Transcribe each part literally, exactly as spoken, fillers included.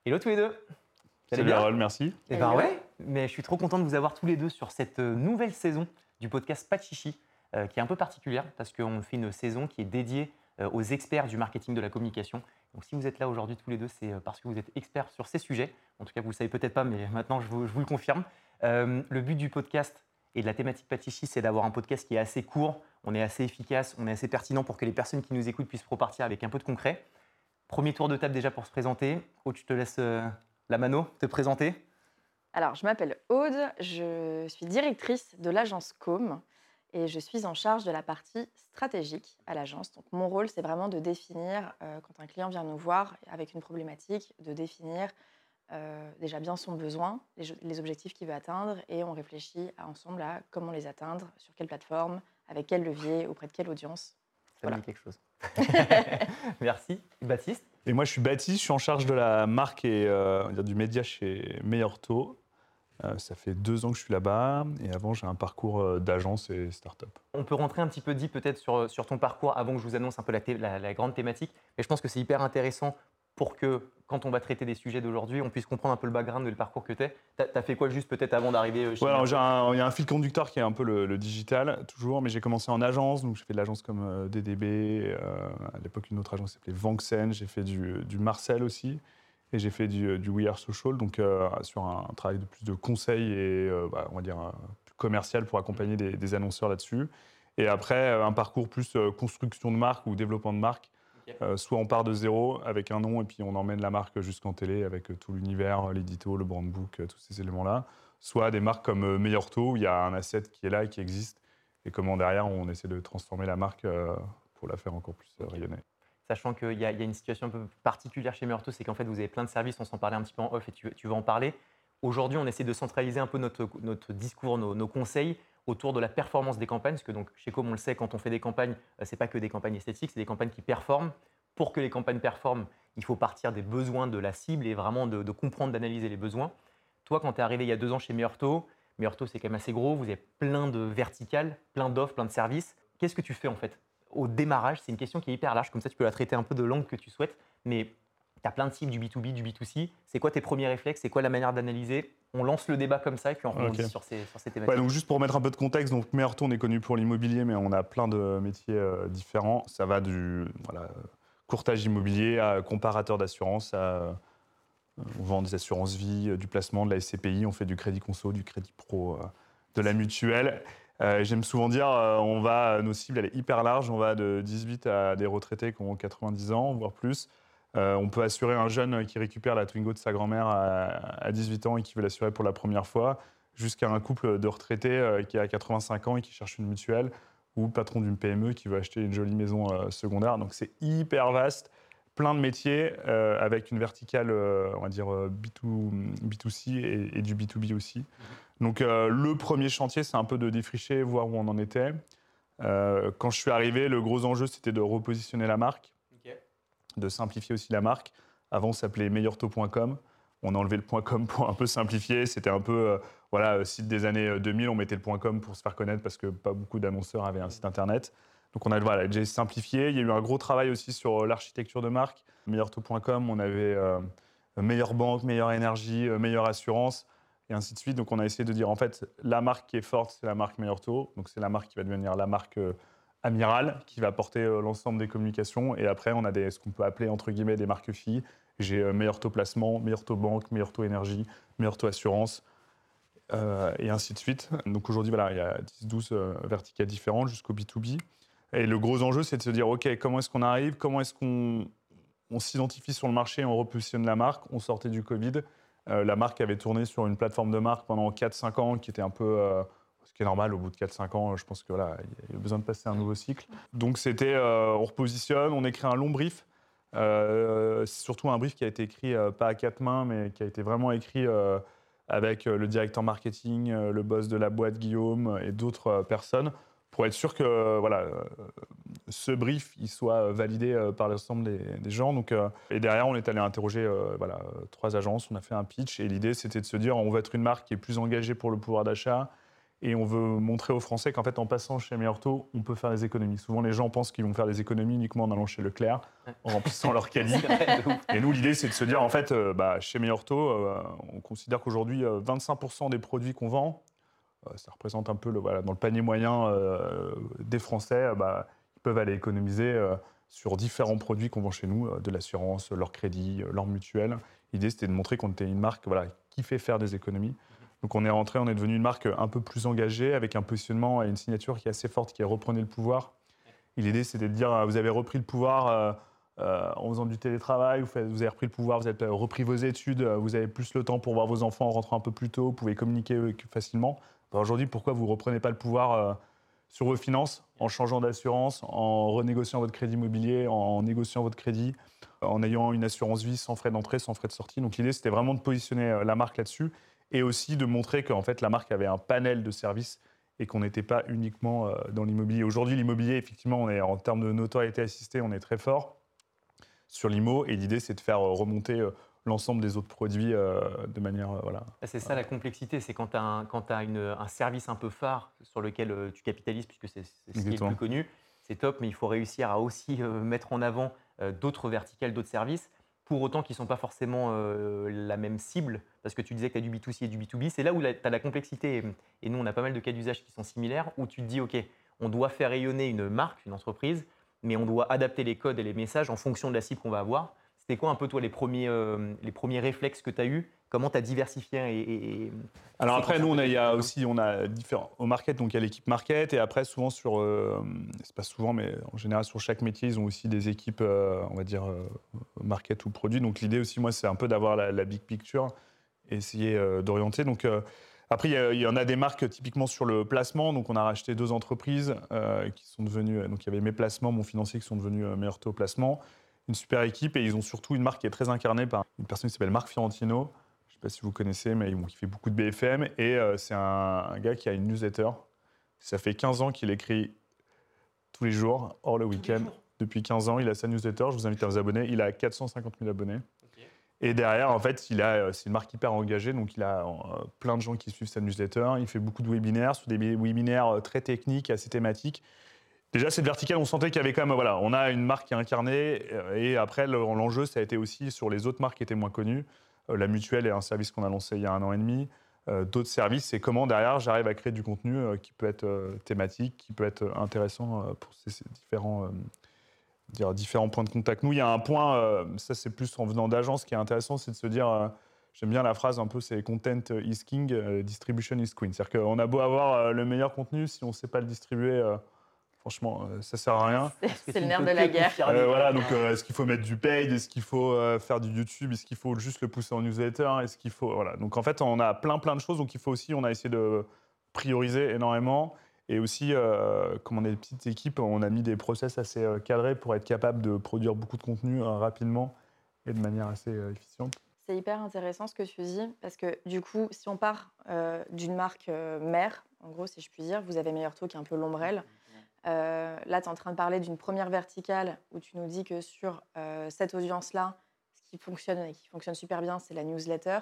Hello tous les deux. Salut bien Harold, merci. Eh ben ouais, mais je suis trop content de vous avoir tous les deux sur cette nouvelle saison du podcast Pas de Chichi, euh, qui est un peu particulière parce qu'on fait une saison qui est dédiée euh, aux experts du marketing de la communication. Donc si vous êtes là aujourd'hui tous les deux, c'est parce que vous êtes experts sur ces sujets. En tout cas, vous ne le savez peut-être pas, mais maintenant je vous, je vous le confirme. Euh, le but du podcast et de la thématique Pas de Chichi, c'est d'avoir un podcast qui est assez court, on est assez efficace, on est assez pertinent pour que les personnes qui nous écoutent puissent repartir avec un peu de concret. Premier tour de table déjà pour se présenter. Aude, je te laisse euh, la mano te présenter. Alors, je m'appelle Aude, je suis directrice de l'agence Com et je suis en charge de la partie stratégique à l'agence. Donc, mon rôle, c'est vraiment de définir, euh, quand un client vient nous voir avec une problématique, de définir euh, déjà bien son besoin, les, les objectifs qu'il veut atteindre, et on réfléchit à, ensemble à comment les atteindre, sur quelle plateforme, avec quel levier, auprès de quelle audience. Ça Voilà. me dit quelque chose. Merci. Baptiste? Et moi, je suis Baptiste, je suis en charge de la marque et euh, on va dire du média chez Meilleur Taux. Euh, ça fait deux ans que je suis là-bas et avant, j'ai un parcours euh, d'agence et start-up. On peut rentrer un petit peu dit peut-être sur, sur ton parcours avant que je vous annonce un peu la, thé- la, la grande thématique. Mais je pense que c'est hyper intéressant pour que, quand on va traiter des sujets d'aujourd'hui, on puisse comprendre un peu le background et le parcours que tu as. Tu as fait quoi juste peut-être avant d'arriver chez Ouais, alors, Meilleur j'ai un- il y a un fil conducteur qui est un peu le, le digital, toujours, mais j'ai commencé en agence, donc j'ai fait de l'agence comme euh, D D B, euh, à l'époque une autre agence s'appelait Vanxen, j'ai fait du, du Marcel aussi, et j'ai fait du, du We Are Social, donc euh, sur un, un travail de plus de conseil et euh, bah, on va dire euh, plus commercial pour accompagner des, des annonceurs là-dessus. Et après, euh, un parcours plus euh, construction de marque ou développement de marque. Ok. Euh, soit on part de zéro avec un nom et puis on emmène la marque jusqu'en télé avec euh, tout l'univers, l'édito, le brand book, euh, tous ces éléments-là. Soit des marques comme euh, Meilleur Taux où il y a un asset qui est là et qui existe et comment derrière on essaie de transformer la marque euh, pour la faire encore plus euh, Ok. rayonner. Sachant qu'il y, a- il y a une situation un peu particulière chez Meilleur Taux, c'est qu'en fait, vous avez plein de services, on s'en parlait un petit peu en off et tu, tu vas en parler. Aujourd'hui, on essaie de centraliser un peu notre, notre discours, nos, nos conseils autour de la performance des campagnes, parce que donc, chez Com, on le sait, quand on fait des campagnes, euh, ce n'est pas que des campagnes esthétiques, c'est des campagnes qui performent. Pour que les campagnes performent, il faut partir des besoins de la cible et vraiment de, de comprendre, d'analyser les besoins. Toi, quand tu es arrivé il y a deux ans chez Meilleur Taux, Meilleur Taux, c'est quand même assez gros, vous avez plein de verticales, plein d'offres, plein de services. Qu'est-ce que tu fais en fait au démarrage? C'est une question qui est hyper large, comme ça tu peux la traiter un peu de l'angle que tu souhaites, mais tu as plein de cibles, du B deux B, du B deux C. C'est quoi tes premiers réflexes? C'est quoi la manière d'analyser? On lance le débat comme ça et puis on rebondit Ok. sur, ces, sur ces thématiques. Ouais, donc juste pour mettre un peu de contexte, donc Meilleur Taux, on est connu pour l'immobilier, mais on a plein de métiers euh, différents. Ça va du voilà, courtage immobilier à comparateur d'assurance, à, euh, on vend des assurances vie, euh, du placement, de la S C P I, on fait du crédit conso, du crédit pro, euh, de la mutuelle. Euh, J'aime souvent dire, euh, on va, nos cibles, elle est hyper large, on va de dix-huit à des retraités qui ont quatre-vingt-dix ans, voire plus. Euh, on peut assurer un jeune qui récupère la Twingo de sa grand-mère à, à dix-huit ans et qui veut l'assurer pour la première fois, jusqu'à un couple de retraités euh, qui a quatre-vingt-cinq ans et qui cherche une mutuelle, ou le patron d'une P M E qui veut acheter une jolie maison euh, secondaire. Donc c'est hyper vaste, plein de métiers, euh, avec une verticale, euh, on va dire, euh, B deux C et, et du B deux B aussi. Mmh. Donc euh, le premier chantier, c'est un peu de défricher, voir où on en était. Euh, quand je suis arrivé, le gros enjeu, c'était de repositionner la marque, Okay. de simplifier aussi la marque. Avant, ça s'appelait meilleur taux point com. On a enlevé le .com pour un peu simplifier. C'était un peu, euh, voilà, site des années deux mille, on mettait le .com pour se faire connaître parce que pas beaucoup d'annonceurs avaient un site internet. Donc on a voilà, déjà simplifié. Il y a eu un gros travail aussi sur l'architecture de marque. meilleur taux point com, on avait euh, meilleure banque, meilleure énergie, euh, meilleure assurance, et ainsi de suite. Donc on a essayé de dire, en fait, la marque qui est forte, c'est la marque Meilleur Taux. Donc c'est la marque qui va devenir la marque euh, amirale, qui va porter euh, l'ensemble des communications. Et après, on a des, ce qu'on peut appeler, entre guillemets, des marques filles. J'ai euh, Meilleur Taux Placement, Meilleur Taux Banque, Meilleur Taux Énergie, Meilleur Taux Assurance, euh, et ainsi de suite. Donc aujourd'hui, voilà, il y a dix douze euh, verticales différentes jusqu'au B deux B. Et le gros enjeu, c'est de se dire, OK, comment est-ce qu'on arrive? Comment est-ce qu'on on s'identifie sur le marché, on repositionne la marque? On sortait du Covid. Euh, la marque avait tourné sur une plateforme de marque pendant quatre cinq ans, qui était un peu... Euh, ce qui est normal, au bout de quatre cinq ans, je pense qu'il voilà, y a besoin de passer un nouveau cycle. Donc c'était, euh, on repositionne, on écrit un long brief. Euh, c'est surtout un brief qui a été écrit, euh, pas à quatre mains, mais qui a été vraiment écrit euh, avec le directeur marketing, euh, le boss de la boîte, Guillaume, et d'autres euh, personnes, pour être sûr que euh, voilà, euh, ce brief il soit validé euh, par l'ensemble des, des gens. Donc, euh, et derrière, on est allé interroger euh, voilà, trois agences, on a fait un pitch, et l'idée, c'était de se dire, on va être une marque qui est plus engagée pour le pouvoir d'achat, Et on veut montrer aux Français qu'en fait, en passant chez Meilleur Taux, on peut faire des économies. Souvent, les gens pensent qu'ils vont faire des économies uniquement en allant chez Leclerc, en remplissant leur caddie. Et nous, l'idée, c'est de se dire, en fait, euh, bah, chez Meilleur Taux, euh, on considère qu'aujourd'hui, euh, vingt-cinq pour cent des produits qu'on vend, euh, ça représente un peu le, voilà, dans le panier moyen euh, des Français, euh, bah, ils peuvent aller économiser euh, sur différents produits qu'on vend chez nous, euh, de l'assurance, leur crédit, euh, leur mutuelle. L'idée, c'était de montrer qu'on était une marque voilà, qui fait faire des économies. Donc on est rentré, on est devenu une marque un peu plus engagée, avec un positionnement et une signature qui est assez forte, qui est reprenez le pouvoir. Et l'idée, c'était de dire, vous avez repris le pouvoir euh, euh, en faisant du télétravail, vous, faites, vous avez repris le pouvoir, vous avez repris vos études, vous avez plus le temps pour voir vos enfants en rentrant un peu plus tôt, vous pouvez communiquer facilement. Ben aujourd'hui, pourquoi vous ne reprenez pas le pouvoir euh, sur vos finances, en changeant d'assurance, en renégociant votre crédit immobilier, en négociant votre crédit, en ayant une assurance vie sans frais d'entrée, sans frais de sortie. Donc l'idée, c'était vraiment de positionner la marque là-dessus. Et aussi de montrer qu'en fait, la marque avait un panel de services et qu'on n'était pas uniquement euh, dans l'immobilier. Aujourd'hui, l'immobilier, effectivement, on est, en termes de notoriété assistée, on est très fort sur l'immo. Et l'idée, c'est de faire remonter euh, l'ensemble des autres produits euh, de manière… Euh, voilà. C'est ça la complexité, c'est quand tu as, un, quand tu as une, un service un peu phare sur lequel euh, tu capitalises, puisque c'est, c'est ce qui est le plus connu, c'est top, mais il faut réussir à aussi euh, mettre en avant euh, d'autres verticales, d'autres services, pour autant qu'ils ne sont pas forcément euh, la même cible, parce que tu disais que tu as du B deux C et du B deux B, c'est là où tu as la complexité, et nous on a pas mal de cas d'usage qui sont similaires, où tu te dis, ok, on doit faire rayonner une marque, une entreprise, mais on doit adapter les codes et les messages en fonction de la cible qu'on va avoir. C'était quoi un peu toi les premiers, euh, les premiers réflexes que tu as eus? Comment tu as diversifié et, et, et Alors après, nous, on a, il y a aussi, on a différents au market, donc il y a l'équipe market, et après, souvent sur, euh, c'est pas souvent, mais en général, sur chaque métier, ils ont aussi des équipes, euh, on va dire, euh, market ou produit. Donc l'idée aussi, moi, c'est un peu d'avoir la, la big picture et essayer euh, d'orienter. Donc euh, après, il y, a, il y en a des marques typiquement sur le placement. Donc on a racheté deux entreprises euh, qui sont devenues, donc il y avait Mes Placements, Mon Financier, qui sont devenus euh, Meilleur Taux Placement. Une super équipe, et ils ont surtout une marque qui est très incarnée par une personne qui s'appelle Marc Fiorentino. Je ne sais pas si vous connaissez, mais bon, il fait beaucoup de B F M. Et euh, c'est un, un gars qui a une newsletter. Ça fait quinze ans qu'il écrit tous les jours, hors le week-end. Depuis quinze ans, il a sa newsletter. Je vous invite à vous abonner. Il a quatre cent cinquante mille abonnés. Okay. Et derrière, en fait, il a, c'est une marque hyper engagée. Donc, il a euh, plein de gens qui suivent sa newsletter. Il fait beaucoup de webinaires, sur des webinaires très techniques, assez thématiques. Déjà, cette verticale, on sentait qu'il y avait quand même, voilà, on a une marque qui est incarnée. Et après, l'enjeu, ça a été aussi sur les autres marques qui étaient moins connues. La mutuelle est un service qu'on a lancé il y a un an et demi. Euh, d'autres services, c'est comment derrière j'arrive à créer du contenu euh, qui peut être euh, thématique, qui peut être intéressant euh, pour ces, ces différents, euh, dire, différents points de contact. Nous, il y a un point, euh, ça c'est plus en venant d'agence, qui est intéressant, c'est de se dire, euh, j'aime bien la phrase un peu, c'est content is king, euh, distribution is queen. C'est-à-dire qu'on a beau avoir euh, le meilleur contenu, si on ne sait pas le distribuer, euh, franchement, euh, ça ne sert à rien. C'est, c'est le nerf de la guerre. Euh, voilà, donc euh, est-ce qu'il faut mettre du paid? Est-ce qu'il faut euh, faire du YouTube? Est-ce qu'il faut juste le pousser en newsletter? Est-ce qu'il faut… Voilà. Donc en fait, on a plein plein de choses. Donc il faut aussi, on a essayé de prioriser énormément. Et aussi, euh, comme on est des petites équipes, on a mis des process assez euh, cadrés pour être capable de produire beaucoup de contenu euh, rapidement et de manière assez euh, efficiente. C'est hyper intéressant ce que tu dis, parce que du coup, si on part euh, d'une marque euh, mère, en gros, si je puis dire, vous avez Meilleur Taux qui est un peu l'ombrelle. Euh, là, tu es en train de parler d'une première verticale où tu nous dis que sur euh, cette audience-là, ce qui fonctionne et qui fonctionne super bien, c'est la newsletter.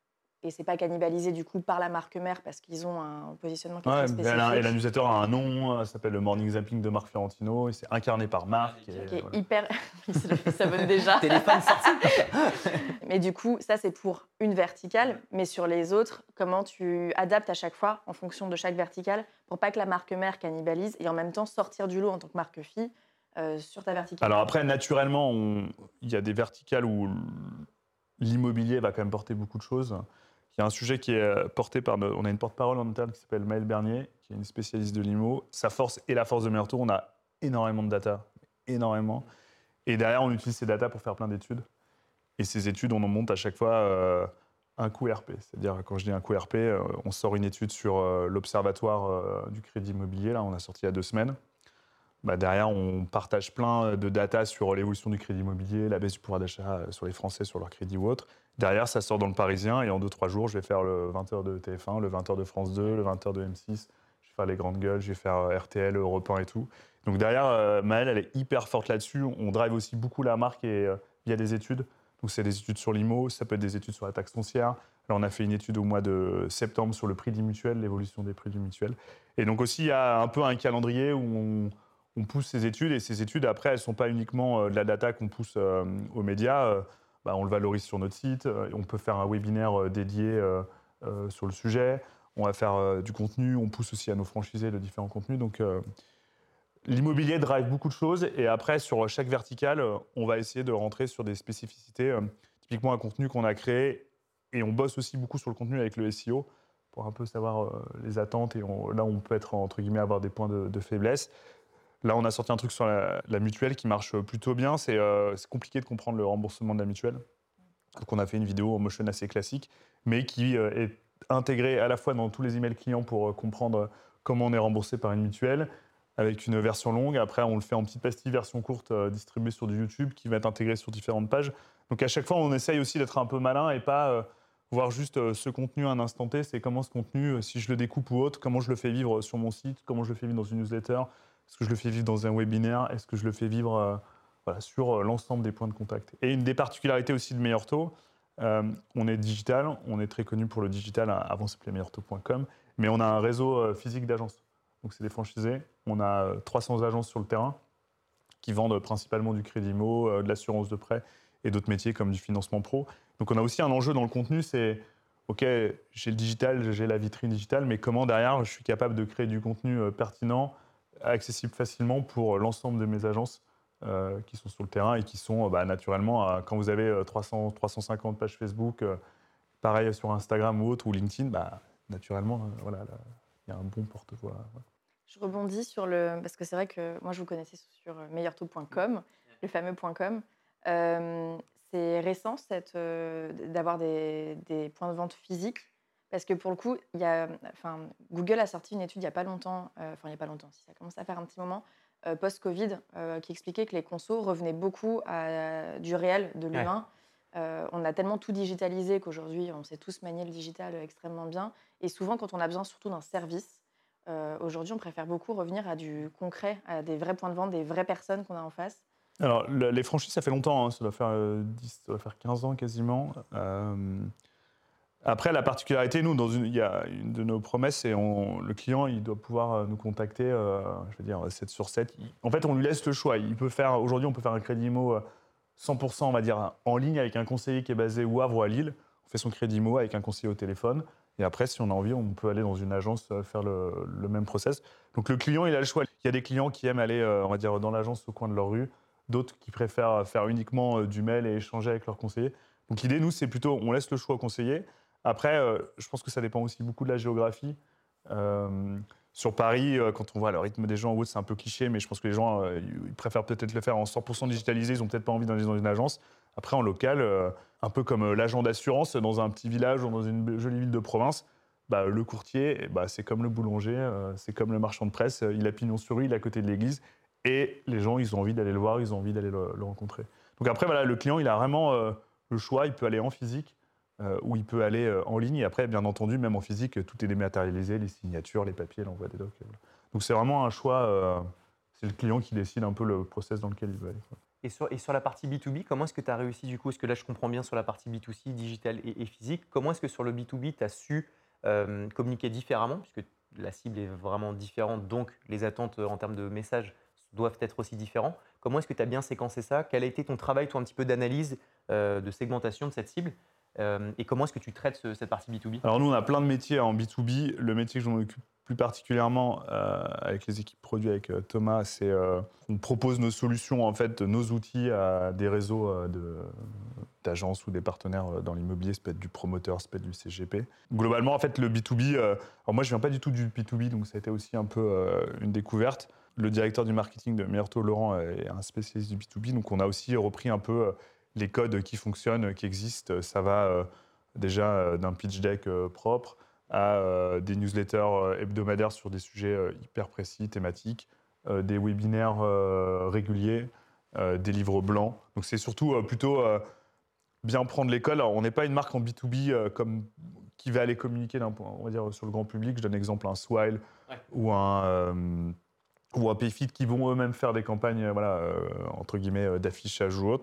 Et c'est pas cannibalisé du coup par la marque mère parce qu'ils ont un positionnement qui est ouais, très spécifique. Et la newsletter a un nom, ça s'appelle le Morning Zapping de Marc Fiorentino, et c'est incarné par Marc. Et, qui est voilà. hyper… Il s'abonne déjà. Téléphone sorti. Mais du coup, ça c'est pour une verticale, mais sur les autres, comment tu adaptes à chaque fois en fonction de chaque verticale pour pas que la marque mère cannibalise et en même temps sortir du lot en tant que marque fille euh, sur ta verticale. Alors après, naturellement, il y a des verticales où l'immobilier va quand même porter beaucoup de choses. Il y a un sujet qui est porté par… Nos, on a une porte-parole en interne qui s'appelle Maëlle Bernier, qui est une spécialiste de l'immo. Sa force et la force de Meilleur Taux, on a énormément de data, énormément. Et derrière, on utilise ces data pour faire plein d'études. Et ces études, on en monte à chaque fois euh, un coût R P. C'est-à-dire, quand je dis un coût R P, euh, on sort une étude sur euh, l'Observatoire euh, du crédit immobilier. Là, on a sorti il y a deux semaines. Bah, derrière, on partage plein de data sur l'évolution du crédit immobilier, la baisse du pouvoir d'achat sur les Français, sur leur crédit ou autre. Derrière, ça sort dans le Parisien, et en deux trois jours, je vais faire le vingt heures de T F un, le vingt heures de France deux, le vingt heures de M six. Je vais faire les grandes gueules, je vais faire R T L, Europe un et tout. Donc derrière, euh, Maëlle, elle est hyper forte là-dessus. On drive aussi beaucoup la marque et, euh, via des études, Donc, c'est des études sur l'I M O, ça peut être des études sur la taxe foncière. Là, on a fait une étude au mois de septembre sur le prix du mutuel, l'évolution des prix du mutuel. Et donc aussi, il y a un peu un calendrier où on, on pousse ces études. Et ces études, après, elles ne sont pas uniquement de la data qu'on pousse euh, aux médias. Euh, bah, on le valorise sur notre site. On peut faire un webinaire dédié euh, euh, sur le sujet. On va faire euh, du contenu. On pousse aussi à nos franchisés de différents contenus. Donc, euh, l'immobilier drive beaucoup de choses. Et après, sur chaque verticale, on va essayer de rentrer sur des spécificités. Euh, typiquement, un contenu qu'on a créé. Et on bosse aussi beaucoup sur le contenu avec le S E O pour un peu savoir euh, les attentes. Et on, là, on peut être, entre guillemets, avoir des points de, de faiblesse. Là, on a sorti un truc sur la, la mutuelle qui marche plutôt bien. C'est euh, compliqué de comprendre le remboursement de la mutuelle. Donc, on a fait une vidéo en motion assez classique, mais qui euh, est intégrée à la fois dans tous les emails clients pour euh, comprendre comment on est remboursé par une mutuelle, avec une version longue. Après, on le fait en petite pastille version courte euh, distribuée sur du YouTube qui va être intégrée sur différentes pages. Donc, à chaque fois, on essaye aussi d'être un peu malin et pas euh, voir juste euh, ce contenu à un instant T. C'est comment ce contenu, euh, si je le découpe ou autre, comment je le fais vivre sur mon site, comment je le fais vivre dans une newsletter. Est-ce que je le fais vivre dans un webinaire? Est-ce que je le fais vivre euh, voilà, sur euh, l'ensemble des points de contact? Et une des particularités aussi de Meilleur Taux, euh, on est digital, on est très connu pour le digital, avant ça s'appelait meilleur taux point com, mais on a un réseau euh, physique d'agences. Donc c'est des franchisés, on a euh, trois cents agences sur le terrain qui vendent principalement du crédit immo, euh, de l'assurance de prêt et d'autres métiers comme du financement pro. Donc on a aussi un enjeu dans le contenu, c'est OK, j'ai le digital, j'ai la vitrine digitale, mais comment derrière je suis capable de créer du contenu euh, pertinent, accessible facilement pour l'ensemble de mes agences euh, qui sont sur le terrain et qui sont euh, bah, naturellement, euh, quand vous avez euh, trois cents, trois cent cinquante pages Facebook, euh, pareil sur Instagram ou autre, ou LinkedIn, bah, naturellement, euh, voilà, il y a un bon porte-voix. Voilà. Je rebondis sur le... Parce que c'est vrai que moi, je vous connaissais sur meilleur taux point com, le fameux .com. Euh, c'est récent cette, euh, d'avoir des, des points de vente physiques. Parce que pour le coup, il y a, enfin, Google a sorti une étude il n'y a pas longtemps, euh, enfin il n'y a pas longtemps, si ça commence à faire un petit moment, euh, post-Covid, euh, qui expliquait que les consos revenaient beaucoup à du réel, de l'humain. Ouais. Euh, on a tellement tout digitalisé qu'aujourd'hui, on sait tous manier le digital extrêmement bien. Et souvent, quand on a besoin surtout d'un service, euh, aujourd'hui, on préfère beaucoup revenir à du concret, à des vrais points de vente, des vraies personnes qu'on a en face. Alors, le, les franchises, ça fait longtemps, hein, ça, doit faire, euh, dix, ça doit faire quinze ans quasiment. Euh, Après, la particularité, nous, dans une, il y a une de nos promesses, c'est on, le client, il doit pouvoir nous contacter, euh, je veux dire, sept sur sept. Il, en fait, on lui laisse le choix. Il peut faire, aujourd'hui, on peut faire un crédit immo cent pour cent, on va dire, en ligne avec un conseiller qui est basé au Havre ou à Lille. On fait son crédit immo avec un conseiller au téléphone. Et après, si on a envie, on peut aller dans une agence faire le, le même process. Donc, le client, il a le choix. Il y a des clients qui aiment aller, on va dire, dans l'agence au coin de leur rue. D'autres qui préfèrent faire uniquement du mail et échanger avec leur conseiller. Donc, l'idée, nous, c'est plutôt, on laisse le choix au conseiller. Après, euh, je pense que ça dépend aussi beaucoup de la géographie. Euh, sur Paris, euh, quand on voit le rythme des gens, c'est un peu cliché, mais je pense que les gens euh, ils préfèrent peut-être le faire en cent pour cent digitalisé, ils n'ont peut-être pas envie d'aller dans une agence. Après, en local, euh, un peu comme euh, l'agent d'assurance dans un petit village ou dans une jolie ville de province, bah, le courtier, bah, c'est comme le boulanger, euh, c'est comme le marchand de presse, il a pignon sur rue, il est à côté de l'église, et les gens, ils ont envie d'aller le voir, ils ont envie d'aller le, le rencontrer. Donc après, voilà, le client, il a vraiment euh, le choix, il peut aller en physique, Euh, où il peut aller euh, en ligne. Et après, bien entendu, même en physique, tout est dématérialisé, les signatures, les papiers, l'envoi des docs. Voilà. Donc c'est vraiment un choix, euh, c'est le client qui décide un peu le process dans lequel il veut aller. Et sur, et sur la partie B deux B, comment est-ce que tu as réussi du coup? Est-ce que là, je comprends bien sur la partie B deux C, digital et, et physique. Comment est-ce que sur le B deux B, tu as su euh, communiquer différemment? Puisque la cible est vraiment différente, donc les attentes en termes de messages doivent être aussi différents. Comment est-ce que tu as bien séquencé ça? Quel a été ton travail, toi, un petit peu d'analyse, euh, de segmentation de cette cible? Euh, et comment est-ce que tu traites ce, cette partie B deux B? Alors nous, on a plein de métiers en B deux B. Le métier que j'en occupe plus particulièrement euh, avec les équipes produits, avec euh, Thomas, c'est euh, on propose nos solutions, en fait, nos outils à des réseaux euh, de, d'agences ou des partenaires dans l'immobilier. Ça peut être du promoteur, ça peut être du C G P. Globalement, en fait, le B deux B, euh, alors moi, je viens pas du tout du B deux B, donc ça a été aussi un peu euh, une découverte. Le directeur du marketing de Meilleur Taux, Laurent, est un spécialiste du B deux B, donc on a aussi repris un peu euh, les codes qui fonctionnent, qui existent. Ça va euh, déjà euh, d'un pitch deck euh, propre à euh, des newsletters euh, hebdomadaires sur des sujets euh, hyper précis, thématiques, euh, des webinaires euh, réguliers, euh, des livres blancs. Donc c'est surtout euh, plutôt euh, bien prendre l'école. Alors on n'est pas une marque en B deux B euh, comme, qui va aller communiquer d'un point, on va dire, sur le grand public. Je donne exemple un Swile ouais. ou un... Euh, ou un Payfit qui vont eux-mêmes faire des campagnes voilà, euh, entre guillemets, d'affichage ou autre.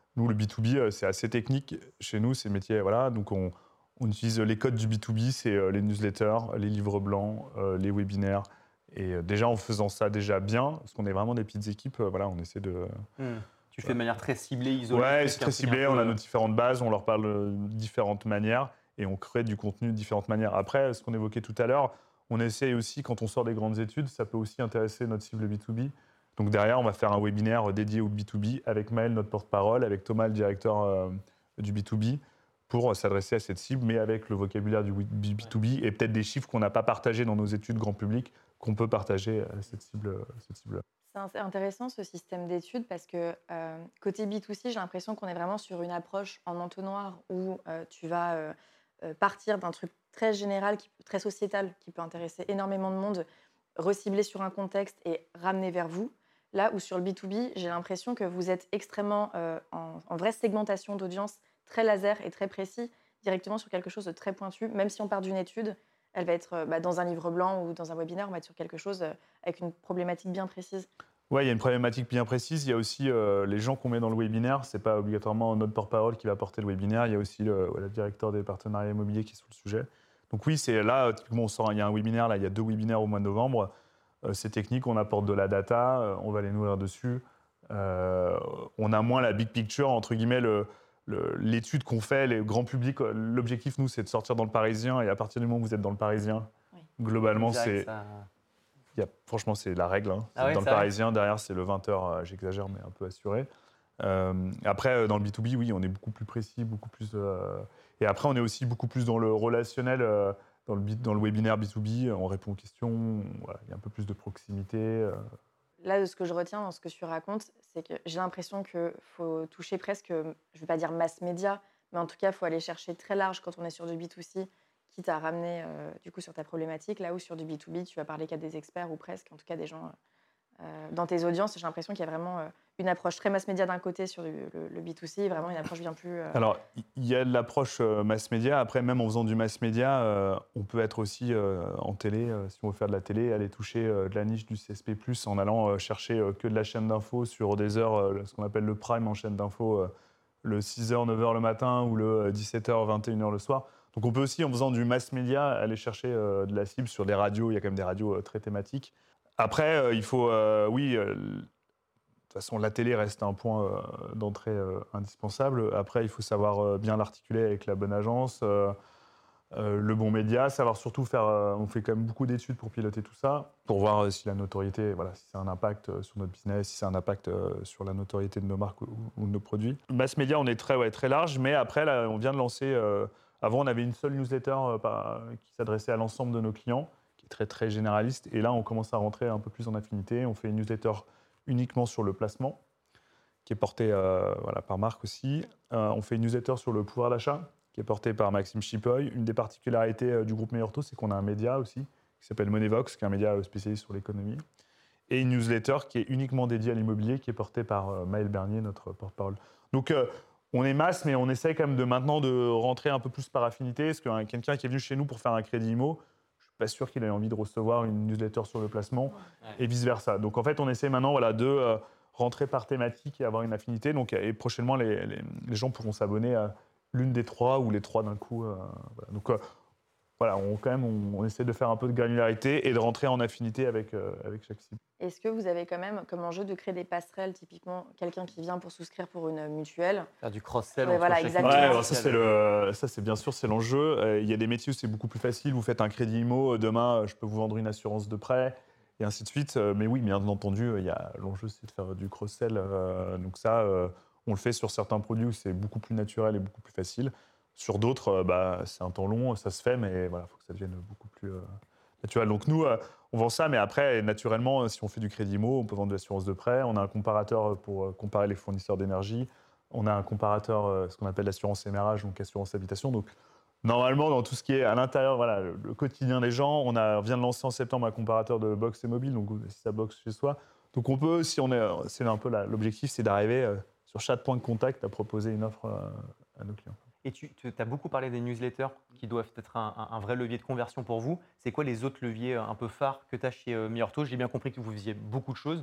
Nous, le B deux B, euh, c'est assez technique. Chez nous, c'est métier, voilà. Donc, on, on utilise les codes du B deux B, c'est euh, les newsletters, les livres blancs, euh, les webinaires. Et euh, déjà, en faisant ça déjà bien, parce qu'on est vraiment des petites équipes, euh, voilà, on essaie de... Hmm. Tu fais de manière très ciblée, isolée. Ouais, peut-être c'est qu'un très truc un ciblé, peu, on a euh, nos différentes bases, on leur parle de différentes manières et on crée du contenu de différentes manières. Après, ce qu'on évoquait tout à l'heure, on essaye aussi, quand on sort des grandes études, ça peut aussi intéresser notre cible B deux B. Donc derrière, on va faire un webinaire dédié au B deux B avec Maël, notre porte-parole, avec Thomas, le directeur euh, du B deux B, pour s'adresser à cette cible, mais avec le vocabulaire du B deux B et peut-être des chiffres qu'on n'a pas partagés dans nos études grand public, qu'on peut partager à cette cible, cette cible-là. C'est intéressant ce système d'études parce que euh, côté B deux C, j'ai l'impression qu'on est vraiment sur une approche en entonnoir où euh, tu vas euh, euh, partir d'un truc très général, qui, très sociétal, qui peut intéresser énormément de monde, recibler sur un contexte et ramener vers vous. Là où sur le B deux B, j'ai l'impression que vous êtes extrêmement euh, en, en vraie segmentation d'audience, très laser et très précis, directement sur quelque chose de très pointu. Même si on part d'une étude, elle va être euh, bah, dans un livre blanc ou dans un webinaire, on va être sur quelque chose euh, avec une problématique bien précise. Oui, il y a une problématique bien précise. Il y a aussi euh, les gens qu'on met dans le webinaire. Ce n'est pas obligatoirement notre porte-parole qui va porter le webinaire. Il y a aussi le, voilà, le directeur des partenariats immobiliers qui est sur le sujet. Donc oui, c'est là, typiquement, on sort, il y a un webinaire, là, il y a deux webinaires au mois de novembre. Euh, c'est technique, on apporte de la data, euh, on va les nourrir dessus. Euh, on a moins la big picture, entre guillemets, le, le, l'étude qu'on fait, les grands publics. L'objectif, nous, c'est de sortir dans le Parisien. Et à partir du moment où vous êtes dans le Parisien, oui. globalement, c'est... Ça... Il y a, franchement, c'est la règle. Hein. Ah ouais, dans le Parisien, vrai. Derrière, c'est le vingt heures, euh, j'exagère, mais un peu assuré. Euh, après, dans le B deux B, oui, on est beaucoup plus précis, beaucoup plus... Euh... Et après, on est aussi beaucoup plus dans le relationnel, euh, dans, le, dans le webinaire B deux B. On répond aux questions, voilà, il y a un peu plus de proximité. Euh... Là, de ce que je retiens dans ce que tu racontes, c'est que j'ai l'impression qu'il faut toucher presque, je ne vais pas dire mass média, mais en tout cas, il faut aller chercher très large quand on est sur du B deux C, quitte à ramener euh, du coup sur ta problématique, là où sur du B deux B, tu vas parler qu'à des experts ou presque, en tout cas des gens euh, dans tes audiences. J'ai l'impression qu'il y a vraiment euh, une approche très mass média d'un côté sur du, le, le B deux C, et vraiment une approche bien plus... Euh... Alors, il y a de l'approche euh, mass média. Après, même en faisant du mass média, euh, on peut être aussi euh, en télé, euh, si on veut faire de la télé, aller toucher euh, de la niche du C S P plus, en allant euh, chercher euh, que de la chaîne d'infos sur des heures, euh, ce qu'on appelle le prime en chaîne d'infos, euh, le six heures, neuf heures le matin ou le dix-sept heures, vingt et une heures le soir. Donc on peut aussi, en faisant du mass média, aller chercher euh, de la cible sur des radios. Il y a quand même des radios euh, très thématiques. Après, euh, il faut, euh, oui, euh, de toute façon, la télé reste un point euh, d'entrée euh, indispensable. Après, il faut savoir euh, bien l'articuler avec la bonne agence, euh, euh, le bon média, savoir surtout faire... Euh, on fait quand même beaucoup d'études pour piloter tout ça, pour voir euh, si la notoriété, voilà, si ça a un impact euh, sur notre business, si ça a un impact euh, sur la notoriété de nos marques ou, ou de nos produits. Mass média, on est très, ouais, très large, mais après, là, on vient de lancer... Euh, avant, on avait une seule newsletter euh, par, qui s'adressait à l'ensemble de nos clients, qui est très, très généraliste. Et là, on commence à rentrer un peu plus en affinité. On fait une newsletter uniquement sur le placement, qui est portée euh, voilà, par Marc aussi. Euh, on fait une newsletter sur le pouvoir d'achat, qui est portée par Maxime Chipoy. Une des particularités euh, du groupe Meilleur Taux, c'est qu'on a un média aussi, qui s'appelle Moneyvox, qui est un média spécialisé sur l'économie. Et une newsletter qui est uniquement dédiée à l'immobilier, qui est portée par euh, Maël Bernier, notre porte-parole. Donc, euh, on est masse, mais on essaie quand même de maintenant de rentrer un peu plus par affinité. Parce que hein, quelqu'un qui est venu chez nous pour faire un crédit immo, je ne suis pas sûr qu'il ait envie de recevoir une newsletter sur le placement, ouais. Et vice-versa. Donc en fait, on essaie maintenant voilà, de euh, rentrer par thématique et avoir une affinité. Donc, et prochainement, les, les, les gens pourront s'abonner à l'une des trois ou les trois d'un coup. Euh, voilà. Donc euh, voilà, on, quand même, on, on essaie de faire un peu de granularité et de rentrer en affinité avec, euh, avec chaque cible. Est-ce que vous avez quand même comme enjeu de créer des passerelles, typiquement quelqu'un qui vient pour souscrire pour une mutuelle? Faire du cross-sell. Ouais, entre voilà, chaque exactement. Ouais, alors ça, c'est le, ça, c'est bien sûr, c'est l'enjeu. Euh, il y a des métiers où c'est beaucoup plus facile. Vous faites un crédit immo, demain, je peux vous vendre une assurance de prêt, et ainsi de suite. Mais oui, bien entendu, il y a, l'enjeu, c'est de faire du cross-sell. Euh, donc ça, euh, on le fait sur certains produits où c'est beaucoup plus naturel et beaucoup plus facile. Sur d'autres, euh, bah, c'est un temps long, ça se fait, mais voilà, il faut que ça devienne beaucoup plus euh, naturel. Donc nous, euh, on vend ça, mais après, naturellement, si on fait du crédit immo, on peut vendre de l'assurance de prêt. On a un comparateur pour comparer les fournisseurs d'énergie. On a un comparateur, ce qu'on appelle l'assurance émarrage, donc assurance habitation. Donc normalement, dans tout ce qui est à l'intérieur, voilà, le, le quotidien des gens, on, a, on vient de lancer en septembre un comparateur de box et mobile, donc si ça boxe chez soi. Donc on peut, si on est, c'est un peu la, l'objectif, c'est d'arriver euh, sur chaque point de contact à proposer une offre euh, à nos clients. Et tu as beaucoup parlé des newsletters qui doivent être un, un, un vrai levier de conversion pour vous. C'est quoi les autres leviers un peu phares que tu as chez euh, Meilleur Taux? J'ai bien compris que vous faisiez beaucoup de choses.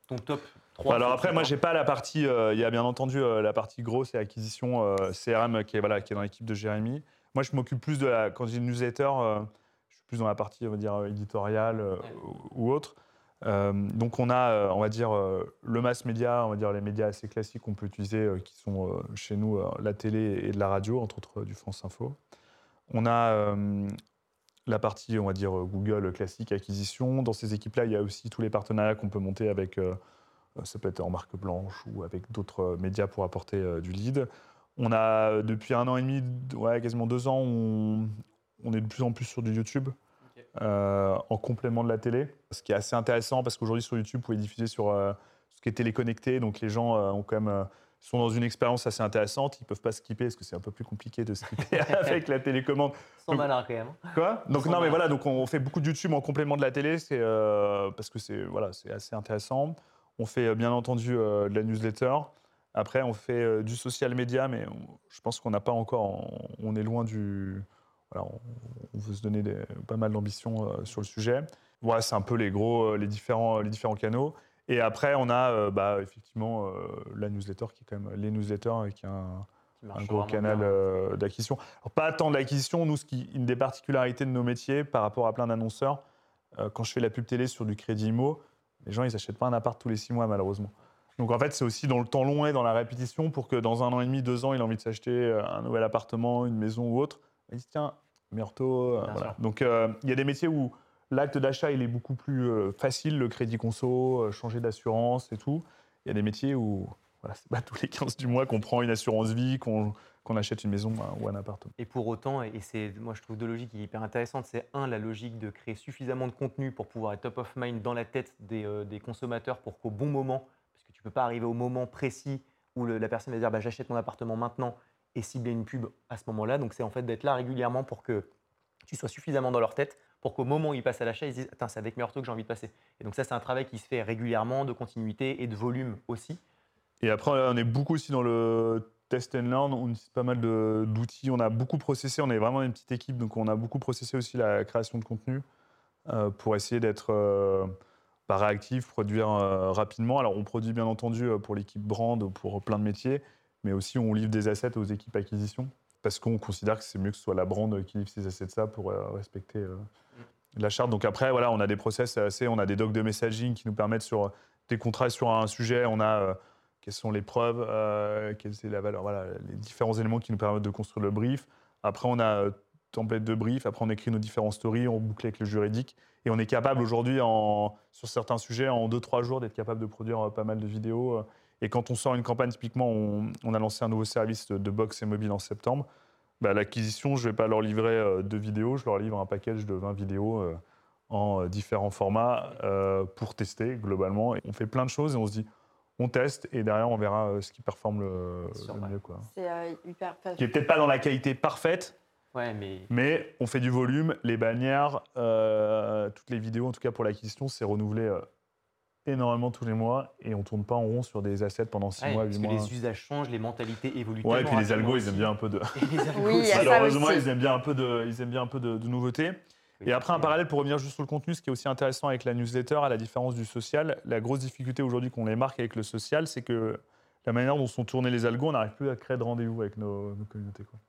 ton top trois. Alors c'est- après, c'est moi, quoi j'ai pas la partie. euh, Il y a bien entendu euh, la partie grosse et acquisition euh, C R M qui est, voilà, qui est dans l'équipe de Jérémy. Moi, je m'occupe plus de la. Quand j'ai une newsletter, euh, je suis plus dans la partie, on va dire, éditoriale euh, Ouais. ou, ou autre. Euh, donc, on a, euh, on va dire, euh, le mass média, on va dire les médias assez classiques qu'on peut utiliser, euh, qui sont euh, chez nous euh, la télé et de la radio, entre autres euh, du France Info. On a euh, la partie, on va dire, euh, Google classique, acquisition. Dans ces équipes-là, il y a aussi tous les partenariats qu'on peut monter avec. euh, euh, Ça peut être en marque blanche ou avec d'autres euh, médias pour apporter euh, du lead. On a, euh, depuis un an et demi, d- ouais, quasiment deux ans, on, on est de plus en plus sur du YouTube Ok. euh, en complément de la télé. Ce qui est assez intéressant parce qu'aujourd'hui, sur YouTube, vous pouvez diffuser sur euh, ce qui est téléconnecté. Donc les gens euh, ont quand même, euh, sont dans une expérience assez intéressante. Ils ne peuvent pas skipper parce que c'est un peu plus compliqué de skipper avec la télécommande. Sans Donc- malin quand même. hein. Quoi Donc Sans non, mais mal. voilà, donc on fait beaucoup de YouTube en complément de la télé, c'est euh, parce que c'est voilà, c'est assez intéressant. On fait euh, bien entendu euh, de la newsletter. Après, on fait euh, du social media, mais on- je pense qu'on n'a pas encore, on, on est loin du. Voilà, on, on veut se donner des- pas mal d'ambition euh, sur le sujet. Voilà, c'est un peu les gros, euh, les différents, les différents canaux. Et après, on a euh, bah, effectivement euh, la newsletter qui est quand même les newsletters euh, qui est un, Qui marche un gros vraiment canal bien. euh, d'acquisition. Alors, pas tant de l'acquisition, nous, ce qui, une des particularités de nos métiers par rapport à plein d'annonceurs, euh, quand je fais la pub télé sur du crédit immo, les gens, ils n'achètent pas un appart tous les six mois, malheureusement. Donc en fait, c'est aussi dans le temps long et dans la répétition pour que dans un an et demi, deux ans, il ait envie de s'acheter euh, un nouvel appartement, une maison ou autre. Il dit tiens, meilleur taux. euh, Bien voilà. sûr. Donc euh, il y a des métiers où l'acte d'achat, il est beaucoup plus euh, facile, le crédit conso, euh, changer d'assurance et tout. Il y a des métiers où voilà, c'est pas tous les quinze du mois qu'on prend une assurance vie, qu'on qu'on achète une maison hein, ou un appartement. Et pour autant, et c'est, moi je trouve deux logiques hyper intéressantes, c'est un, la logique de créer suffisamment de contenu pour pouvoir être top of mind dans la tête des, euh, des consommateurs pour qu'au bon moment, parce que tu ne peux pas arriver au moment précis où le- la personne va dire bah, j'achète mon appartement maintenant et cibler une pub à ce moment-là. Donc c'est en fait d'être là régulièrement pour que tu sois suffisamment dans leur tête pour qu'au moment où ils passent à l'achat, ils se disent attends, c'est avec Meurto que j'ai envie de passer. Et donc ça, c'est un travail qui se fait régulièrement, de continuité et de volume aussi. Et après, on est beaucoup aussi dans le test and learn. On utilise pas mal de- d'outils. On a beaucoup processé. On est vraiment une petite équipe, donc on a beaucoup processé aussi la création de contenu euh, pour essayer d'être euh, bah, réactif, produire euh, rapidement. Alors, on produit bien entendu euh, pour l'équipe brand, pour plein de métiers, mais aussi on livre des assets aux équipes acquisition parce qu'on considère que c'est mieux que ce soit la brand qui livre ces assets-là pour euh, respecter euh, la charte. Donc après, voilà, on a des process assez, on a des docs de messaging qui nous permettent sur des contrats sur un sujet, on a euh, quelles sont les preuves, euh, quelle est la valeur, voilà, les différents éléments qui nous permettent de construire le brief. Après, on a euh, template de brief, après on écrit nos différents stories, on boucle avec le juridique, et on est capable aujourd'hui, en- sur certains sujets, en deux trois jours, d'être capable de produire euh, pas mal de vidéos. euh. Et quand on sort une campagne, typiquement, on, on a lancé un nouveau service de, de box et mobile en septembre. Bah, l'acquisition, je ne vais pas leur livrer euh, deux vidéos, je leur livre un package de vingt vidéos euh, en euh, différents formats euh, pour tester globalement. Et on fait plein de choses et on se dit, on teste et derrière on verra euh, ce qui performe le, Sûr, le ouais. mieux. Quoi. C'est euh, hyper. enfin, Qui est peut-être pas dans la qualité parfaite, Ouais, mais mais on fait du volume, les bannières, euh, toutes les vidéos, en tout cas pour l'acquisition, c'est renouvelé euh, énormément tous les mois et on tourne pas en rond sur des assets pendant six ouais, mois, parce huit que mois. les usages changent, les mentalités évoluent Ouais, et tellement puis les rapidement algos, ils aiment aussi. bien un peu de. Et les algos Oui, il y a aussi. ça Malheureusement, aussi. ils aiment bien un peu de, ils aiment bien un peu de, de nouveautés. Oui, Et après, un et, parallèle pour revenir juste sur le contenu, ce qui est aussi intéressant avec la newsletter, à la différence du social, la grosse difficulté aujourd'hui qu'on les marque avec le social, c'est que la manière dont sont tournés les algos, on n'arrive plus à créer de rendez-vous avec nos, nos communautés. Quoi.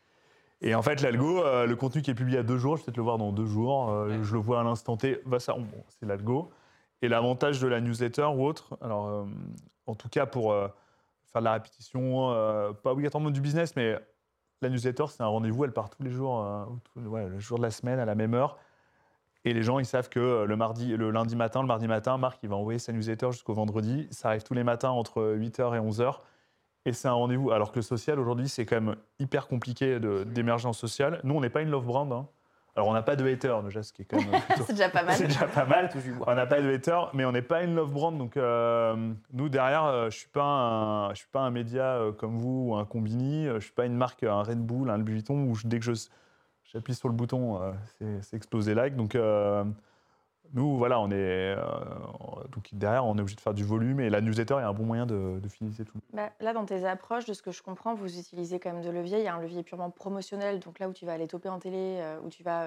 Et en fait, l'algo, euh, le contenu qui est publié à deux jours, je vais peut-être le voir dans deux jours, euh, Ouais. je le vois à l'instant T, va ça, bon, c'est l'algo. Et l'avantage de la newsletter ou autre, alors euh, en tout cas pour euh, faire de la répétition, euh, pas obligatoirement du business, mais la newsletter, c'est un rendez-vous, elle part tous les jours, euh, tous- ouais, le jour de la semaine à la même heure. Et les gens, ils savent que euh, le, mardi, le lundi matin, le mardi matin, Marc, il va envoyer sa newsletter jusqu'au vendredi. Ça arrive tous les matins entre huit heures et onze heures. Et c'est un rendez-vous. Alors que le social, aujourd'hui, c'est quand même hyper compliqué de- d'émerger en social. Nous, on n'est pas une love brand. hein. Alors, on n'a pas de haters, déjà, ce qui est quand même plutôt... C'est déjà pas mal. c'est déjà pas mal. touche du bois. On n'a pas de haters, mais on n'est pas une love brand. Donc, euh, nous, derrière, euh, je ne suis, pas un- je suis pas un média euh, comme vous ou un Combini. euh, Je ne suis pas une marque, un Red Bull, un Louis Vuitton, où je- dès que je, j'appuie sur le bouton, euh, c'est, c'est explosé like. Donc, euh, nous, voilà, on est. euh, donc, derrière, on est obligé de faire du volume. Et la newsletter est un bon moyen de, de fidéliser tout. Bah, là, dans tes approches, de ce que je comprends, vous utilisez quand même de leviers. Il y a un levier purement promotionnel, donc là où tu vas aller toper en télé, euh, où tu vas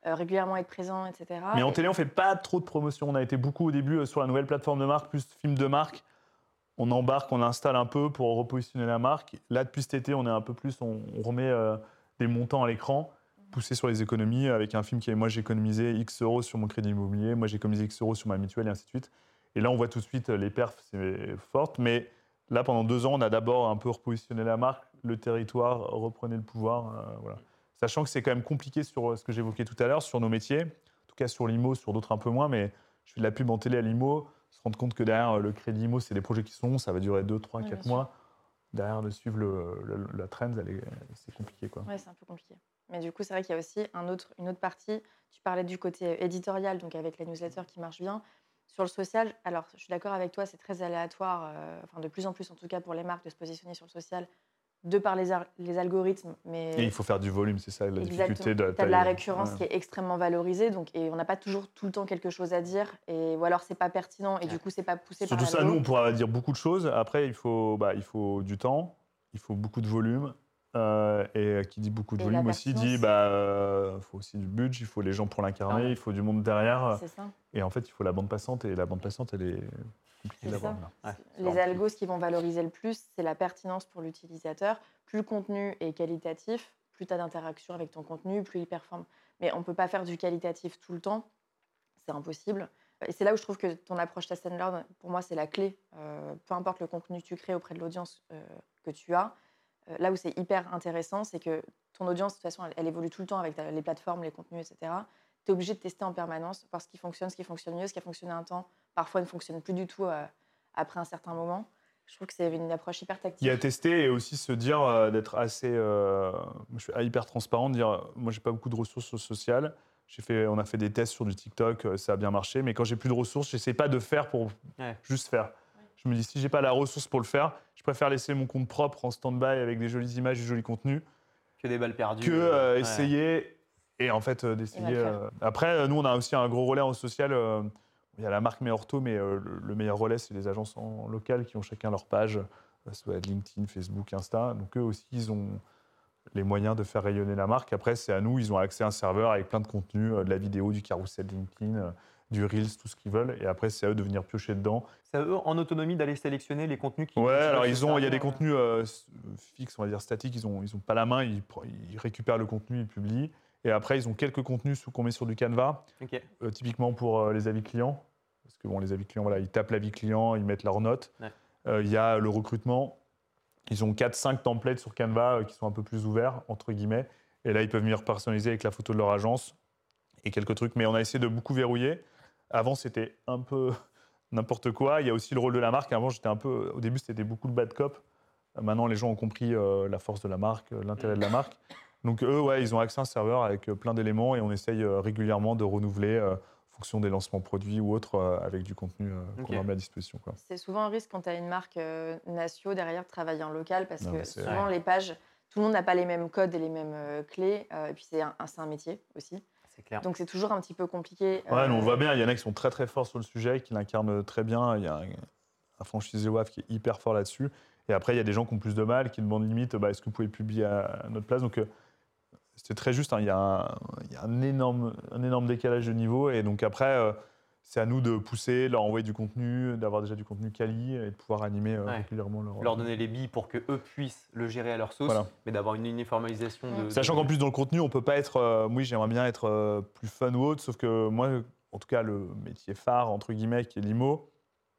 euh, régulièrement être présent, et cetera. Mais en Et- télé, on fait pas trop de promotion. On a été beaucoup au début euh, sur la nouvelle plateforme de marque, plus film de marque. On embarque, on installe un peu pour repositionner la marque. Là, depuis cet été, on est un peu plus, on, on remet euh, des montants à l'écran, poussé sur les économies, avec un film qui est, moi, j'ai économisé X euros sur mon crédit immobilier, moi, j'ai économisé X euros sur ma mutuelle, et ainsi de suite. Et là, on voit tout de suite euh, les perfs, c'est forte. Mais là, pendant deux ans, on a d'abord un peu repositionné la marque, le territoire reprenait le pouvoir. Euh, voilà. Sachant que c'est quand même compliqué sur euh, ce que j'évoquais tout à l'heure, sur nos métiers, en tout cas sur l'I M O, sur d'autres un peu moins, mais je fais de la pub en télé à l'I M O, se rendre compte que derrière euh, le crédit I M O, c'est des projets qui sont longs, ça va durer deux, trois, Ouais, quatre bien sûr. mois. Derrière, de suivre le, le- la trend, elle est- c'est compliqué, quoi. Ouais, c'est un peu compliqué. Mais du coup, c'est vrai qu'il y a aussi un autre, une autre partie. Tu parlais du côté euh, éditorial, donc avec la newsletter qui marche bien. Sur le social, alors je suis d'accord avec toi, c'est très aléatoire, euh, enfin de plus en plus en tout cas pour les marques, de se positionner sur le social, de par les, ar- les algorithmes. Mais Et il faut faire du volume, c'est ça la difficulté de la tu as de la taille. récurrence Ouais. qui est extrêmement valorisée, donc, et on n'a pas toujours tout le temps quelque chose à dire, et, ou alors c'est pas pertinent, et du coup c'est pas poussé Surtout par ça, l'algo. nous, on pourra dire beaucoup de choses. Après, il faut, bah, il faut du temps, il faut beaucoup de volume. Euh, et qui dit beaucoup de Et volume la aussi pertinence. dit bah euh, faut aussi du budget, il faut les gens pour l'incarner, Clairement. il faut du monde derrière. C'est ça. Et en fait, il faut la bande passante. Et la bande passante, elle est compliquée C'est d'avoir. ça. là. Ouais, c'est Les vraiment algos, ce qu'ils vont valoriser le plus, c'est la pertinence pour l'utilisateur. Plus le contenu est qualitatif, plus tu as d'interaction avec ton contenu, plus il performe. Mais on ne peut pas faire du qualitatif tout le temps, c'est impossible. Et c'est là où je trouve que ton approche test and learn, pour moi, c'est la clé. Euh, peu importe le contenu que tu crées auprès de l'audience euh, que tu as, euh, là où c'est hyper intéressant, c'est que ton audience, de toute façon, elle, elle évolue tout le temps avec ta- les plateformes, les contenus, et cetera. Tu es obligé de tester en permanence, voir ce qui fonctionne, ce qui fonctionne mieux, ce qui a fonctionné un temps, parfois ne fonctionne plus du tout euh, après un certain moment. Je trouve que c'est une approche hyper Il y tactique. a tester et aussi se dire euh, d'être assez euh, je suis hyper transparent, de dire euh, moi j'ai pas beaucoup de ressources sociales. J'ai fait, on a fait des tests sur du TikTok, euh, ça a bien marché, mais quand j'ai plus de ressources, j'essaie pas de faire pour Ouais. juste faire. Je me dis si j'ai pas la ressource pour le faire, je préfère laisser mon compte propre en stand-by avec des jolies images, du joli contenu, que des balles perdues. que euh, ouais. essayer et en fait euh, Et mal d'essayer. faire. euh, Après, euh, nous on a aussi un gros relais en social. euh, Il y a la marque Meorto, mais euh, le, le meilleur relais c'est les agences en local qui ont chacun leur page, euh, soit LinkedIn, Facebook, Insta. Donc eux aussi ils ont les moyens de faire rayonner la marque. Après c'est à nous, ils ont accès à un serveur avec plein de contenu, euh, de la vidéo, du carrousel LinkedIn, euh, du Reels, tout ce qu'ils veulent. Et après c'est à eux de venir piocher dedans. C'est à eux en autonomie d'aller sélectionner les contenus qui. Ouais, qui alors peuvent ils se ont, il y a des servir, contenus euh, s- fixes, on va dire statiques, ils ont, ils ont pas la main, ils, pr- ils récupèrent le contenu, ils publient. Et après, ils ont quelques contenus sous- qu'on met sur du Canva, euh. Ok. euh, typiquement pour euh, les avis clients. Parce que bon, les avis clients, voilà, ils tapent l'avis client, ils mettent leurs notes. Ouais. Euh, Il y a le recrutement. Ils ont quatre cinq templates sur Canva euh, qui sont un peu plus ouverts, entre guillemets. Et là, ils peuvent venir personnaliser avec la photo de leur agence et quelques trucs. Mais on a essayé de beaucoup verrouiller. Avant, c'était un peu n'importe quoi. Il y a aussi le rôle de la marque. Avant, j'étais un peu, au début, c'était beaucoup le bad cop. Euh, Maintenant, les gens ont compris euh, la force de la marque, euh, l'intérêt de la marque. Donc eux, ouais, ils ont accès à un serveur avec euh, plein d'éléments et on essaye euh, régulièrement de renouveler euh, en fonction des lancements produits ou autres euh, avec du contenu euh, Ok. qu'on leur met à disposition, quoi. C'est souvent un risque quand tu as une marque euh, natio derrière de travailler en local parce Non, que mais c'est- souvent Ouais. les pages, tout le monde n'a pas les mêmes codes et les mêmes euh, clés. euh, et puis c'est un, un- c'est un métier aussi. C'est clair. Donc c'est toujours un petit peu compliqué. Ouais, nous, on euh, le voit bien, il y en a qui sont très très forts sur le sujet, qui l'incarnent très bien. Il y a un, un franchisé W A F qui est hyper fort là-dessus. Et après, il y a des gens qui ont plus de mal, qui demandent limite bah, est-ce que vous pouvez publier à, à notre place. Donc, euh, c'était très juste. hein. Il y a, un, il y a un, énorme, un énorme décalage de niveau. Et donc, après, euh, c'est à nous de pousser, de leur envoyer du contenu, d'avoir déjà du contenu quali et de pouvoir animer euh, Ouais. régulièrement leur. Leur donner les billes pour qu'eux puissent le gérer à leur sauce, Voilà. mais d'avoir une uniformisation de. Sachant de- qu'en plus, dans le contenu, on peut pas être. euh, oui, j'aimerais bien être euh, plus fun ou autre, sauf que moi, en tout cas, le métier phare, entre guillemets, qui est l'I M O,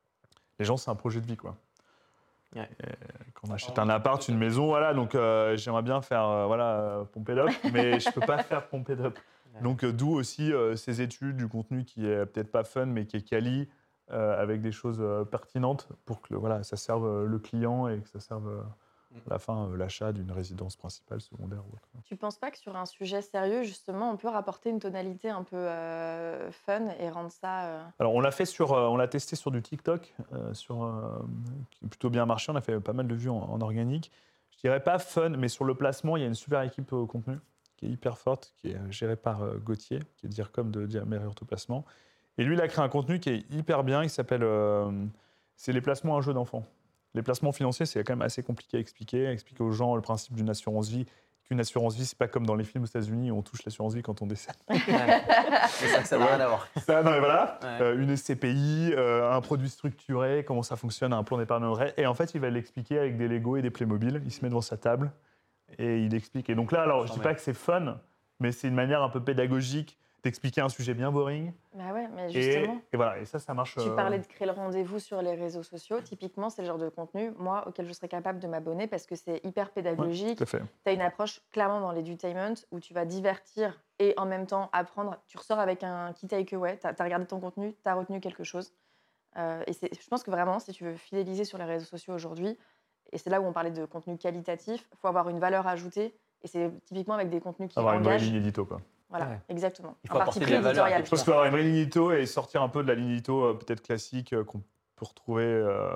les gens, c'est un projet de vie, quoi. Ouais. Et quand on achète un appart, une maison, voilà, donc euh, j'aimerais bien faire euh, voilà, euh, pomper d'up, mais je peux pas faire pomper d'up. Ouais. Donc euh, d'où aussi euh, ces études, du contenu qui est peut-être pas fun, mais qui est quali, euh, avec des choses euh, pertinentes pour que voilà, ça serve euh, le client et que ça serve euh, à la fin euh, l'achat d'une résidence principale, secondaire ou autre. Tu penses pas que sur un sujet sérieux, justement, on peut rapporter une tonalité un peu euh, fun et rendre ça. euh, Alors on l'a fait sur, euh, on l'a testé sur du TikTok, euh, sur, euh, qui a plutôt bien marché. On a fait pas mal de vues en, en organique. Je dirais pas fun, mais sur le placement, il y a une super équipe au contenu qui est hyper forte, qui est gérée par euh, Gauthier, qui est DIRCOM de Meilleur Placement. Et lui, il a créé un contenu qui est hyper bien. Il s'appelle, euh, c'est les placements à un jeu d'enfant. Les placements financiers, c'est quand même assez compliqué à expliquer. Expliquer aux gens le principe d'une assurance vie, qu'une assurance vie, c'est pas comme dans les films aux États-Unis où on touche l'assurance vie quand on décède. Ouais. C'est ça que ça n'a rien à voir. Ça, non, mais voilà, Ouais. euh, une S C P I, euh, un produit structuré, comment ça fonctionne, un plan d'épargne retraite. Et en fait, il va l'expliquer avec des Lego et des Playmobil. Il se met devant sa table et il explique. Et donc là, alors, je dis pas que c'est fun, mais c'est une manière un peu pédagogique d'expliquer un sujet bien boring. Bah ouais, mais Et, justement, et voilà, et ça, ça marche. tu euh, parlais de créer le rendez-vous sur les réseaux sociaux. Typiquement, c'est le genre de contenu, moi, auquel je serais capable de m'abonner parce que c'est hyper ouais, pédagogique. tout à fait. Tu as une approche clairement dans l'edutainment où tu vas divertir et en même temps apprendre. Tu ressors avec un key takeaway. Tu as regardé ton contenu, tu as retenu quelque chose. Euh, et c'est- je pense que vraiment, si tu veux fidéliser sur les réseaux sociaux aujourd'hui, et c'est là où on parlait de contenu qualitatif, il faut avoir une valeur ajoutée. Et c'est typiquement avec des contenus qui Avoir une vraie engagent. ligne édito, quoi. Voilà, Ouais. exactement. Il faut Un parti apporter de pris la valeur, éditorial. Je pense qu'il faut avoir une vraie ligne édito et sortir un peu de la ligne édito euh, peut-être classique euh, qu'on peut retrouver. euh,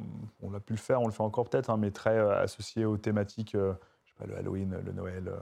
on a pu le faire, on le fait encore peut-être, hein, mais très euh, associé aux thématiques, euh, je sais pas, le Halloween, le Noël, euh,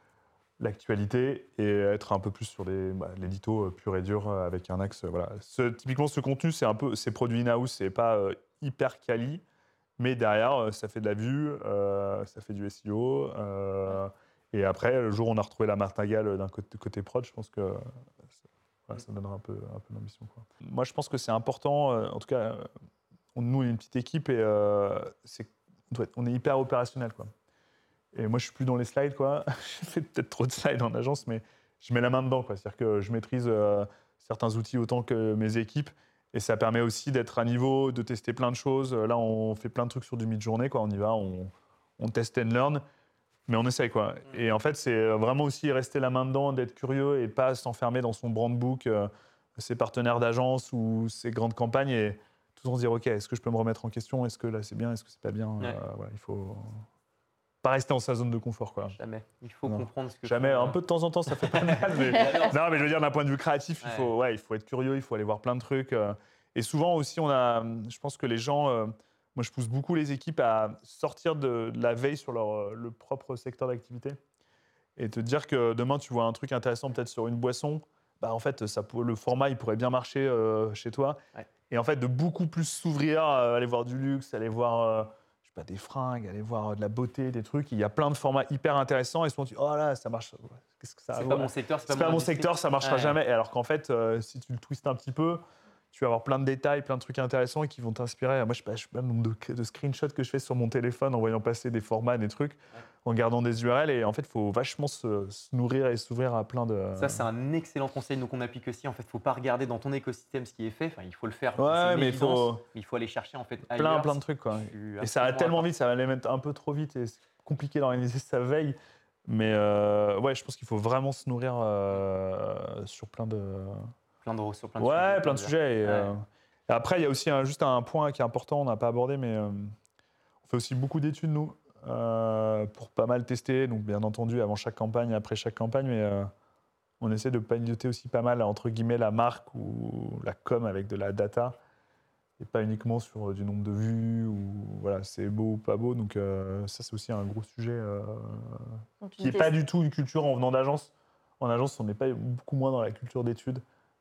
l'actualité, et être un peu plus sur les, bah, l'édito euh, pur et dur euh, avec un axe. euh, voilà. Ce, typiquement, ce contenu, c'est un peu, c'est produit in-house, c'est pas euh, hyper quali, mais derrière, euh, ça fait de la vue, euh, ça fait du S E O. euh, et après, le jour où on a retrouvé la martingale d'un côté, côté prod, je pense que euh, ça, voilà, ça donnera un peu, un peu d'ambition, quoi. Moi, je pense que c'est important, euh, en tout cas, euh, on, nous, on est une petite équipe et euh, c'est, on, doit être- on est hyper opérationnel, quoi. Et moi, je suis plus dans les slides, quoi. Je fais peut-être trop de slides en agence, mais je mets la main dedans, quoi. C'est-à-dire que je maîtrise euh, certains outils autant que mes équipes. Et ça permet aussi d'être à niveau, de tester plein de choses. Là, on fait plein de trucs sur du mid-journée, quoi. On y va, on, on test and learn, mais on essaye, quoi. Et en fait, c'est vraiment aussi rester la main dedans, d'être curieux et de pas s'enfermer dans son brand book, euh, ses partenaires d'agence ou ses grandes campagnes et tout le temps se dire, OK, est-ce que je peux me remettre en question? Est-ce que là, c'est bien? Est-ce que c'est pas bien? Ouais. Euh, voilà, il faut pas rester dans sa zone de confort, quoi. Jamais. Il faut Non. comprendre ce que Jamais, font, un euh, peu de temps en temps, ça fait pas de mal. Mais... non, mais je veux dire, d'un point de vue créatif, il, Ouais. faut, ouais, il faut être curieux, il faut aller voir plein de trucs. euh. Et souvent aussi, on a, je pense que les gens, euh, moi je pousse beaucoup les équipes à sortir de, de la veille sur leur, euh, le propre secteur d'activité et te dire que demain tu vois un truc intéressant peut-être sur une boisson, bah en fait ça, peut- le format il pourrait bien marcher euh, chez toi. Ouais. Et en fait de beaucoup plus s'ouvrir, euh, aller voir du luxe, aller voir euh, je sais pas, des fringues, aller voir euh, de la beauté, des trucs. Il y a plein de formats hyper intéressants et souvent tu dis oh là ça marche. Qu'est-ce que ça C'est vaut, pas là mon secteur, c'est C'est pas, pas mon mon industrie. secteur, ça marchera Ouais. jamais. Et alors qu'en fait, euh, si tu le twistes un petit peu, tu vas avoir plein de détails, plein de trucs intéressants et qui vont t'inspirer. Moi, je sais pas, je sais pas le nombre de, de screenshots que je fais sur mon téléphone en voyant passer des formats, des trucs, Ouais. en gardant des U R L. Et en fait, il faut vachement se, se nourrir et s'ouvrir à plein de. Ça, c'est un excellent conseil nous, qu'on applique aussi. En fait, il ne faut pas regarder dans ton écosystème ce qui est fait. Enfin, il faut le faire. Ouais, c'est une mais il évidence, faut- mais il faut aller chercher en fait plein, ailleurs. plein de trucs, quoi. Je suis Et ça va absolument tellement d'accord. vite, ça va aller mettre un peu trop vite et c'est compliqué d'organiser sa veille. Mais euh, ouais, je pense qu'il faut vraiment se nourrir euh, sur plein de. Plein de, sur plein de Ouais, sujets. plein de sujets. Et, Ouais. euh, et après, il y a aussi un- juste un point qui est important, on n'a pas abordé, mais euh, on fait aussi beaucoup d'études, nous, euh, pour pas mal tester. Donc, bien entendu, avant chaque campagne, après chaque campagne, mais euh, on essaie de piloter aussi pas mal, entre guillemets, la marque ou la com avec de la data, et pas uniquement sur euh, du nombre de vues, ou voilà, c'est beau ou pas beau. Donc, euh, ça, c'est aussi un gros sujet euh, Donc, tu qui n'est dis pas tes- du tout une culture en venant d'agence. En agence, on n'est pas beaucoup moins dans la culture d'études.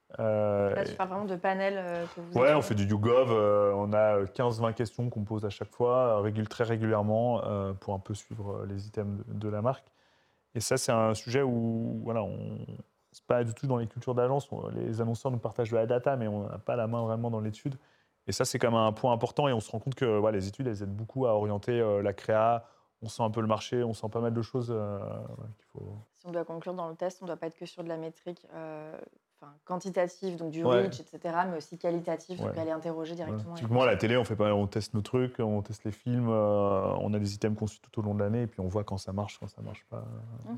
Euh, Là, tu parles vraiment de panel euh, que vous Ouais, étudiez. on fait du YouGov, euh, on a quinze vingt questions qu'on pose à chaque fois, euh, régul- très régulièrement, euh, pour un peu suivre euh, les items de, de la marque. Et ça, c'est un sujet où, voilà, on, c'est pas du tout dans les cultures d'agence. On- Les annonceurs nous partagent de la data, mais on n'a pas la main vraiment dans l'étude. Et ça, c'est quand même un point important. Et on se rend compte que ouais, les études, elles aident beaucoup à orienter euh, la créa. On sent un peu le marché, on sent pas mal de choses euh, ouais, qu'il faut. Si on doit conclure dans le test, on ne doit pas être que sur de la métrique euh, enfin, quantitative, donc du Ouais. reach, et cetera, mais aussi qualitative, donc Ouais. aller interroger Voilà. directement. les Typiquement, à la consommateurs. télé, on, fait pas, on teste nos trucs, on teste les films, euh, on a des items qu'on suit tout au long de l'année, et puis on voit quand ça marche, quand ça marche pas. Ok.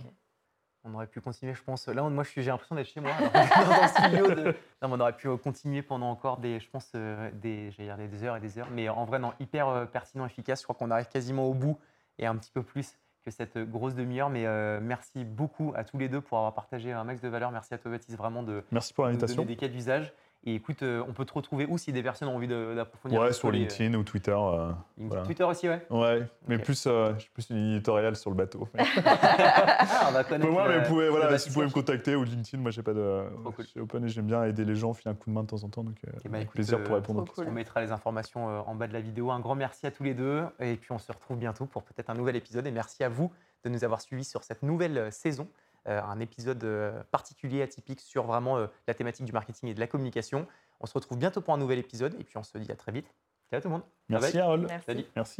On aurait pu continuer, je pense. Là, moi, je suis- j'ai l'impression d'être chez moi, alors, dans un studio. De... Non, mais on aurait pu euh, continuer pendant encore des, je pense, euh, des, j'allais dire des heures et des heures. Mais en vrai, non, hyper euh, pertinent, efficace. Je crois qu'on arrive quasiment au bout et un petit peu plus que cette euh, grosse demi-heure. Mais euh, merci beaucoup à tous les deux pour avoir partagé un max de valeur. Merci à toi, Baptiste, vraiment de Merci pour nous donner l'invitation. des cas d'usage. Et écoute, euh, on peut te retrouver où si des personnes ont envie de- d'approfondir un Ouais, petit sur peu les- LinkedIn ou Twitter. euh, LinkedIn, voilà. Twitter aussi, ouais. Ouais, mais Ok. plus, euh, j'ai plus une ligne éditoriale sur le bateau. Ah, on va connaître. Pour moi, la- mais vous pouvez, le voilà, si vous pouvez me bâtisseur. contacter ou LinkedIn, moi j'ai pas de. Trop cool. Je suis open et j'aime bien aider les gens, filer un coup de main de temps en temps. Donc, euh, Eh ben, avec écoute, plaisir pour euh, répondre aux trop questions. On mettra les informations euh, en bas de la vidéo. Un grand merci à tous les deux. Et puis, on se retrouve bientôt pour peut-être un nouvel épisode. Et merci à vous de nous avoir suivis sur cette nouvelle euh, saison. Euh, un épisode euh, particulier, atypique sur vraiment euh, la thématique du marketing et de la communication. On se retrouve bientôt pour un nouvel épisode. Et puis, on se dit à très vite. Ciao tout le monde. Bye Merci bye. Harold. Merci. Salut. Merci.